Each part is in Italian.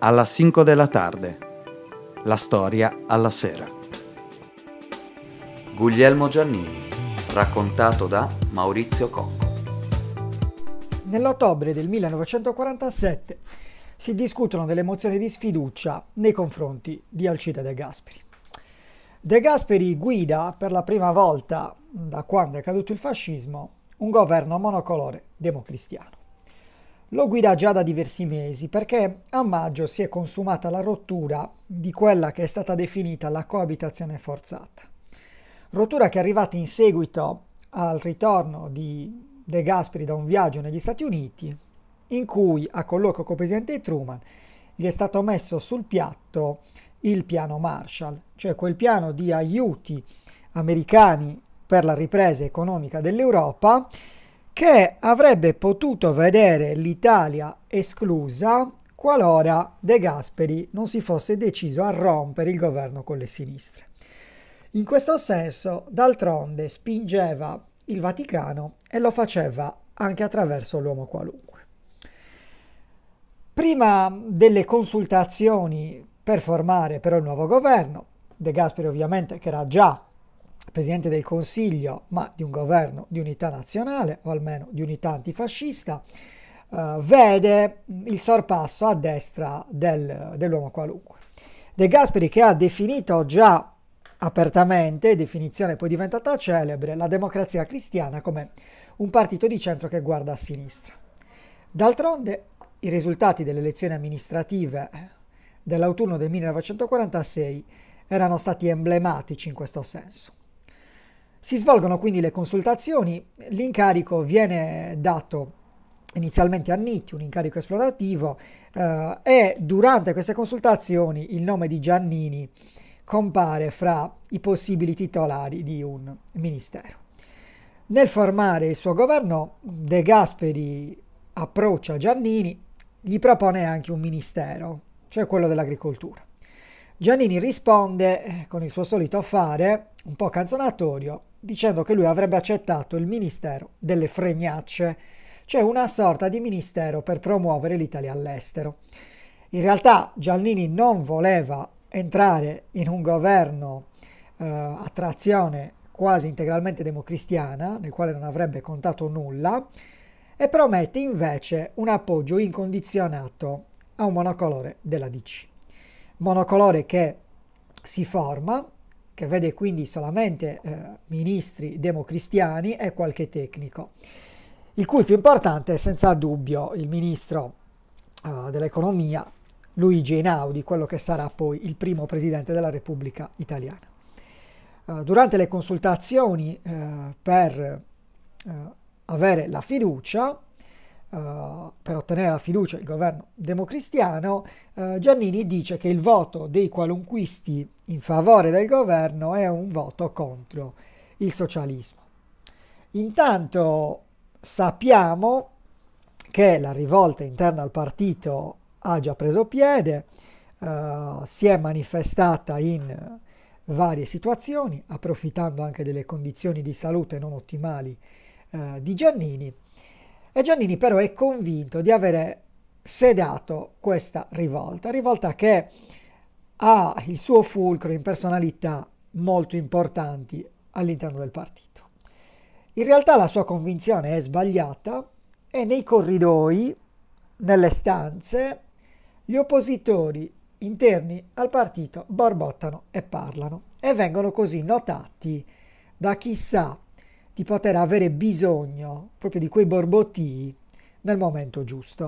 Alla 5 della tarde. La storia alla sera. Guglielmo Giannini, raccontato da Maurizio Cocco. Nell'ottobre del 1947 si discutono delle mozioni di sfiducia nei confronti di Alcide De Gasperi. De Gasperi guida per la prima volta, da quando è caduto il fascismo, un governo monocolore democristiano. Lo guida già da diversi mesi perché a maggio si è consumata la rottura di quella che è stata definita la coabitazione forzata. Rottura che è arrivata in seguito al ritorno di De Gasperi da un viaggio negli Stati Uniti, in cui a colloquio con il presidente Truman gli è stato messo sul piatto il piano Marshall, cioè quel piano di aiuti americani per la ripresa economica dell'Europa, che avrebbe potuto vedere l'Italia esclusa qualora De Gasperi non si fosse deciso a rompere il governo con le sinistre. In questo senso, d'altronde, spingeva il Vaticano e lo faceva anche attraverso l'uomo qualunque. Prima delle consultazioni per formare però il nuovo governo, De Gasperi ovviamente, che era già presidente del Consiglio, ma di un governo di unità nazionale, o almeno di unità antifascista, vede il sorpasso a destra dell'uomo qualunque. De Gasperi, che ha definito già apertamente, definizione poi diventata celebre, la Democrazia Cristiana come un partito di centro che guarda a sinistra. D'altronde, i risultati delle elezioni amministrative dell'autunno del 1946 erano stati emblematici in questo senso. Si svolgono quindi le consultazioni, l'incarico viene dato inizialmente a Nitti, un incarico esplorativo, e durante queste consultazioni il nome di Giannini compare fra i possibili titolari di un ministero. Nel formare il suo governo, De Gasperi approccia Giannini, gli propone anche un ministero, cioè quello dell'agricoltura. Giannini risponde con il suo solito fare, un po' canzonatorio, dicendo che lui avrebbe accettato il ministero delle fregnacce, cioè una sorta di ministero per promuovere l'Italia all'estero. In realtà Giannini non voleva entrare in un governo a trazione quasi integralmente democristiana, nel quale non avrebbe contato nulla, e promette invece un appoggio incondizionato a un monocolore della DC. Monocolore che si forma, che vede quindi solamente ministri democristiani e qualche tecnico, il cui più importante è senza dubbio il ministro dell'economia Luigi Einaudi, quello che sarà poi il primo presidente della Repubblica Italiana. Durante le consultazioni per avere la fiducia, per ottenere la fiducia del governo democristiano, Giannini dice che il voto dei qualunquisti in favore del governo è un voto contro il socialismo. Intanto sappiamo che la rivolta interna al partito ha già preso piede, si è manifestata in varie situazioni, approfittando anche delle condizioni di salute non ottimali di Giannini. E Giannini però è convinto di avere sedato questa rivolta che ha il suo fulcro in personalità molto importanti all'interno del partito. In realtà la sua convinzione è sbagliata e nei corridoi, nelle stanze, gli oppositori interni al partito borbottano e parlano e vengono così notati da chi sa di poter avere bisogno proprio di quei borbottii nel momento giusto.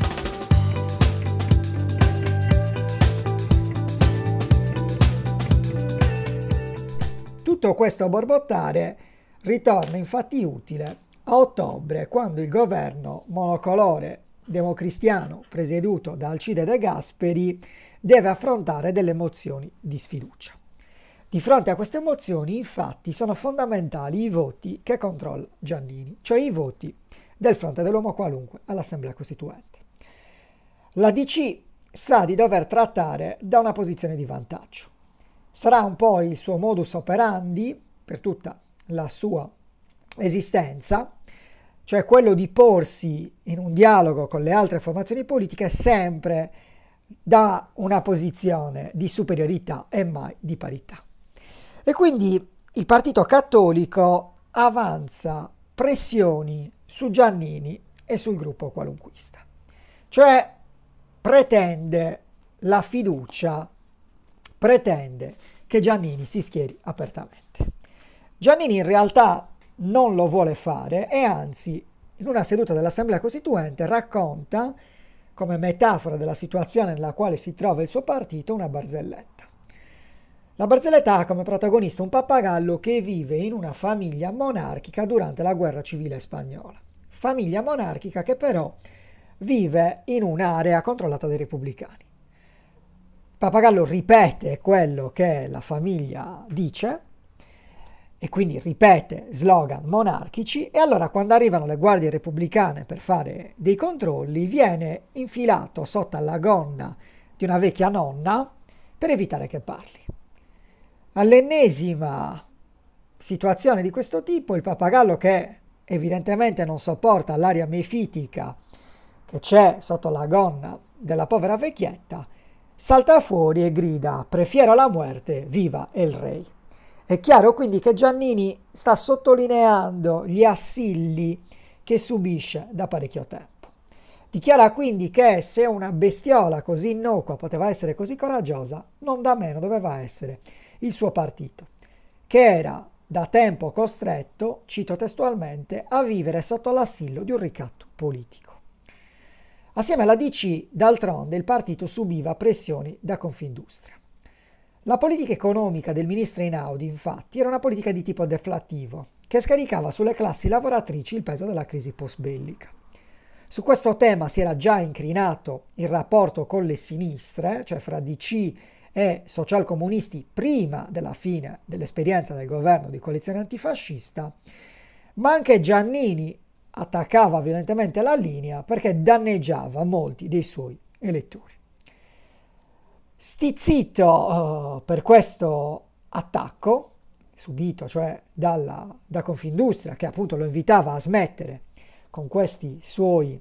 Tutto questo borbottare ritorna infatti utile a ottobre, quando il governo monocolore democristiano presieduto da Alcide De Gasperi deve affrontare delle mozioni di sfiducia. Di fronte a queste mozioni, infatti, sono fondamentali i voti che controlla Giannini, cioè i voti del fronte dell'uomo qualunque all'Assemblea Costituente. La DC sa di dover trattare da una posizione di vantaggio. Sarà un po' il suo modus operandi per tutta la sua esistenza, cioè quello di porsi in un dialogo con le altre formazioni politiche sempre da una posizione di superiorità e mai di parità. E quindi il Partito Cattolico avanza pressioni su Giannini e sul gruppo qualunquista, cioè pretende la fiducia, pretende che Giannini si schieri apertamente. Giannini in realtà non lo vuole fare e anzi in una seduta dell'Assemblea Costituente racconta come metafora della situazione nella quale si trova il suo partito una barzelletta. La barzelletta ha come protagonista un pappagallo che vive in una famiglia monarchica durante la guerra civile spagnola. Famiglia monarchica che però vive in un'area controllata dai repubblicani. Il pappagallo ripete quello che la famiglia dice e quindi ripete slogan monarchici e allora quando arrivano le guardie repubblicane per fare dei controlli viene infilato sotto alla gonna di una vecchia nonna per evitare che parli. All'ennesima situazione di questo tipo il pappagallo, che evidentemente non sopporta l'aria mefitica che c'è sotto la gonna della povera vecchietta, salta fuori e grida: prefiero la muerte, viva il re. È chiaro quindi che Giannini sta sottolineando gli assilli che subisce da parecchio tempo. Dichiara quindi che se una bestiola così innocua poteva essere così coraggiosa, non da meno doveva essere il suo partito, che era da tempo costretto, cito testualmente, a vivere sotto l'assillo di un ricatto politico. Assieme alla DC, d'altronde, il partito subiva pressioni da Confindustria. La politica economica del ministro Einaudi, infatti, era una politica di tipo deflattivo, che scaricava sulle classi lavoratrici il peso della crisi post-bellica. Su questo tema si era già incrinato il rapporto con le sinistre, cioè fra DC e socialcomunisti prima della fine dell'esperienza del governo di coalizione antifascista, ma anche Giannini attaccava violentemente la linea perché danneggiava molti dei suoi elettori. Stizzito per questo attacco subito, cioè da Confindustria, che appunto lo invitava a smettere con questi suoi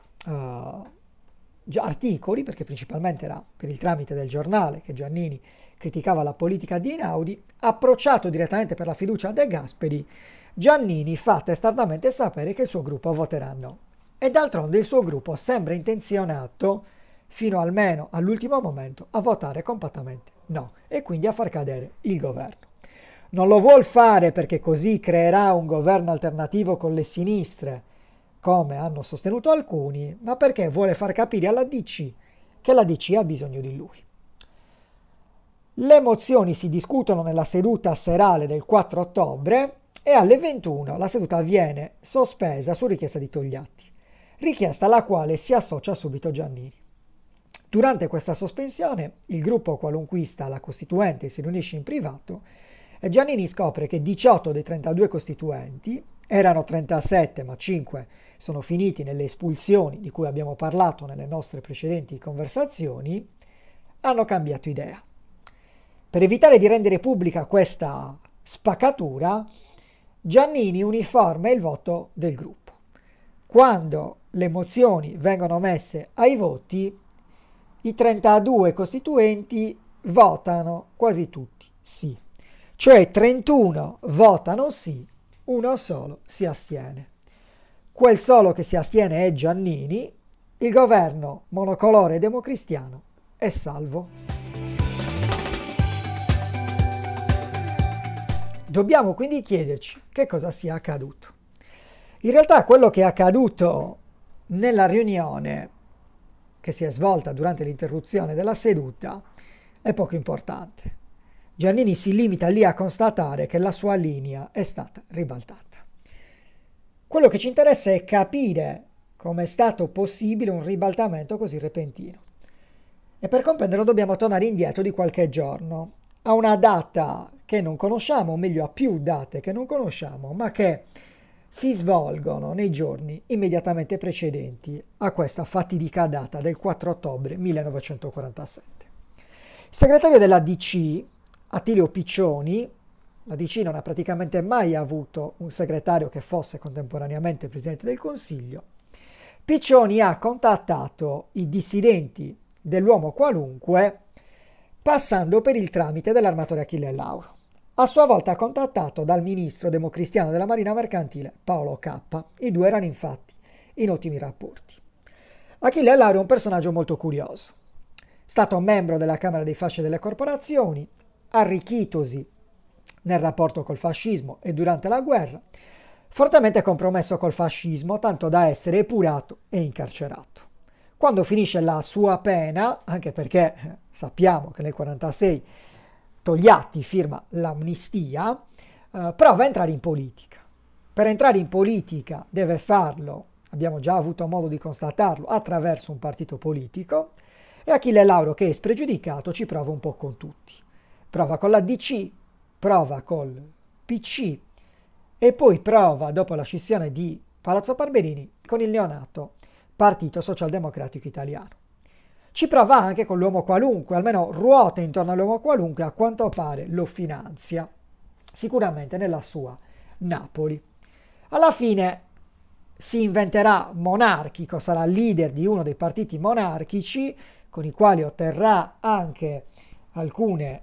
articoli, perché principalmente era per il tramite del giornale che Giannini criticava la politica di Einaudi, approcciato direttamente per la fiducia a De Gasperi, Giannini fa testardamente sapere che il suo gruppo voterà no. E d'altronde il suo gruppo sembra intenzionato, fino almeno all'ultimo momento, a votare compattamente no e quindi a far cadere il governo. Non lo vuol fare perché così creerà un governo alternativo con le sinistre, come hanno sostenuto alcuni, ma perché vuole far capire alla DC che la DC ha bisogno di lui. Le mozioni si discutono nella seduta serale del 4 ottobre e alle 21 la seduta viene sospesa su richiesta di Togliatti, richiesta alla quale si associa subito Giannini. Durante questa sospensione il gruppo qualunquista alla Costituente si riunisce in privato e Giannini scopre che 18 dei 32 costituenti, erano 37 ma 5 sono finiti nelle espulsioni di cui abbiamo parlato nelle nostre precedenti conversazioni, hanno cambiato idea. Per evitare di rendere pubblica questa spaccatura, Giannini uniforma il voto del gruppo. Quando le mozioni vengono messe ai voti, i 32 costituenti votano quasi tutti sì, cioè 31 votano sì, uno solo si astiene. Quel solo che si astiene è Giannini, il governo monocolore democristiano è salvo. Dobbiamo quindi chiederci che cosa sia accaduto. In realtà quello che è accaduto nella riunione che si è svolta durante l'interruzione della seduta è poco importante. Giannini si limita lì a constatare che la sua linea è stata ribaltata. Quello che ci interessa è capire come è stato possibile un ribaltamento così repentino. E per comprenderlo dobbiamo tornare indietro di qualche giorno, a una data che non conosciamo, o meglio a più date che non conosciamo, ma che si svolgono nei giorni immediatamente precedenti a questa fatidica data del 4 ottobre 1947. Il segretario della DC, Attilio Piccioni, la DC non ha praticamente mai avuto un segretario che fosse contemporaneamente Presidente del Consiglio, Piccioni ha contattato i dissidenti dell'uomo qualunque, passando per il tramite dell'armatore Achille Lauro, a sua volta contattato dal ministro democristiano della Marina Mercantile Paolo Cappa. I due erano infatti in ottimi rapporti. Achille Lauro è un personaggio molto curioso. È stato membro della Camera dei Fasci e delle Corporazioni, arricchitosi nel rapporto col fascismo e durante la guerra, fortemente compromesso col fascismo, tanto da essere epurato e incarcerato. Quando finisce la sua pena, anche perché sappiamo che nel 1946 Togliatti firma l'amnistia, prova a entrare in politica. Per entrare in politica deve farlo, abbiamo già avuto modo di constatarlo, attraverso un partito politico, e Achille Lauro, che è spregiudicato, ci prova un po' con tutti. Prova con la DC, prova col PC e poi prova, dopo la scissione di Palazzo Barberini, con il neonato Partito Socialdemocratico Italiano. Ci prova anche con l'uomo qualunque, almeno ruota intorno all'uomo qualunque, a quanto pare lo finanzia, sicuramente nella sua Napoli. Alla fine si inventerà monarchico, sarà leader di uno dei partiti monarchici, con i quali otterrà anche alcune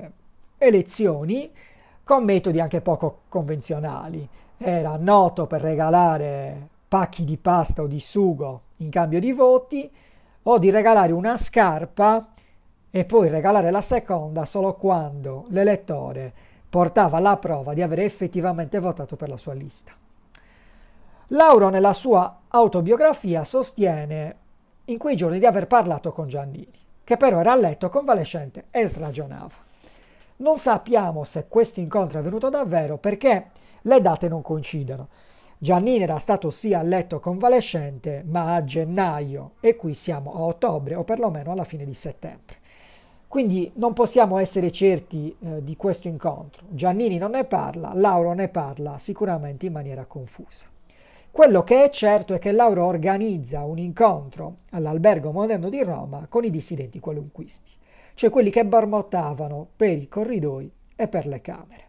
elezioni, con metodi anche poco convenzionali. Era noto per regalare pacchi di pasta o di sugo in cambio di voti, o di regalare una scarpa e poi regalare la seconda solo quando l'elettore portava la prova di avere effettivamente votato per la sua lista. Lauro nella sua autobiografia sostiene in quei giorni di aver parlato con Giannini, che però era a letto convalescente e sragionava. Non sappiamo se questo incontro è avvenuto davvero perché le date non coincidono. Giannini era stato sì a letto convalescente, ma a gennaio, e qui siamo a ottobre o perlomeno alla fine di settembre. Quindi non possiamo essere certi di questo incontro. Giannini non ne parla, Lauro ne parla sicuramente in maniera confusa. Quello che è certo è che Lauro organizza un incontro all'Albergo Moderno di Roma con i dissidenti qualunquisti, cioè quelli che bormottavano per i corridoi e per le camere.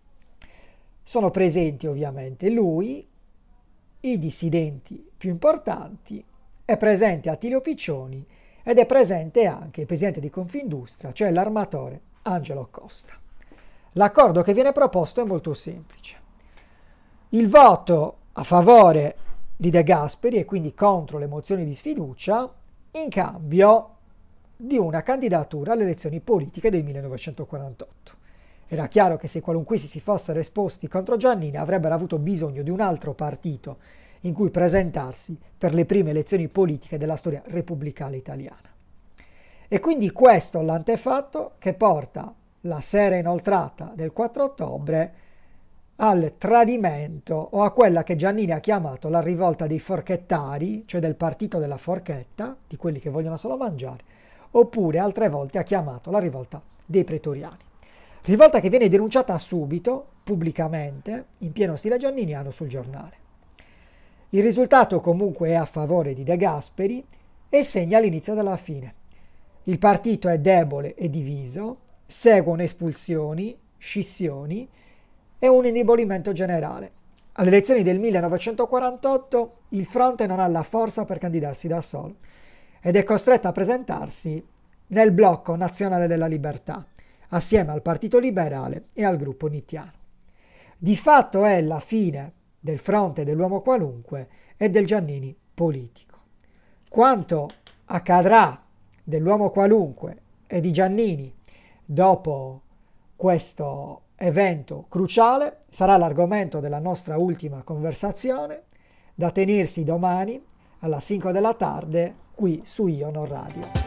Sono presenti ovviamente lui, i dissidenti più importanti, è presente Attilio Piccioni ed è presente anche il presidente di Confindustria, cioè l'armatore Angelo Costa. L'accordo che viene proposto è molto semplice. Il voto a favore di De Gasperi e quindi contro le mozioni di sfiducia in cambio di una candidatura alle elezioni politiche del 1948. Era chiaro che se i qualunquisti si fossero esposti contro Giannini avrebbero avuto bisogno di un altro partito in cui presentarsi per le prime elezioni politiche della storia repubblicana italiana. E quindi questo l'antefatto che porta la sera inoltrata del 4 ottobre al tradimento o a quella che Giannini ha chiamato la rivolta dei forchettari, cioè del partito della forchetta, di quelli che vogliono solo mangiare, oppure altre volte ha chiamato la rivolta dei pretoriani. Rivolta che viene denunciata subito, pubblicamente, in pieno stile gianniniano sul giornale. Il risultato comunque è a favore di De Gasperi e segna l'inizio della fine. Il partito è debole e diviso, seguono espulsioni, scissioni e un indebolimento generale. Alle elezioni del 1948 il fronte non ha la forza per candidarsi da solo ed è costretto a presentarsi nel blocco nazionale della libertà, assieme al Partito Liberale e al gruppo Nittiano. Di fatto è la fine del fronte dell'uomo qualunque e del Giannini politico. Quanto accadrà dell'uomo qualunque e di Giannini dopo questo evento cruciale sarà l'argomento della nostra ultima conversazione, da tenersi domani alla 5 della tarde qui su Io Non Radio.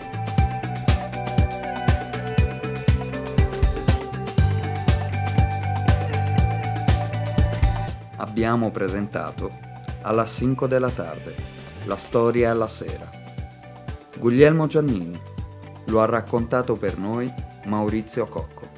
Abbiamo presentato Alla 5 della tarde, la storia alla sera. Guglielmo Giannini lo ha raccontato per noi Maurizio Cocco.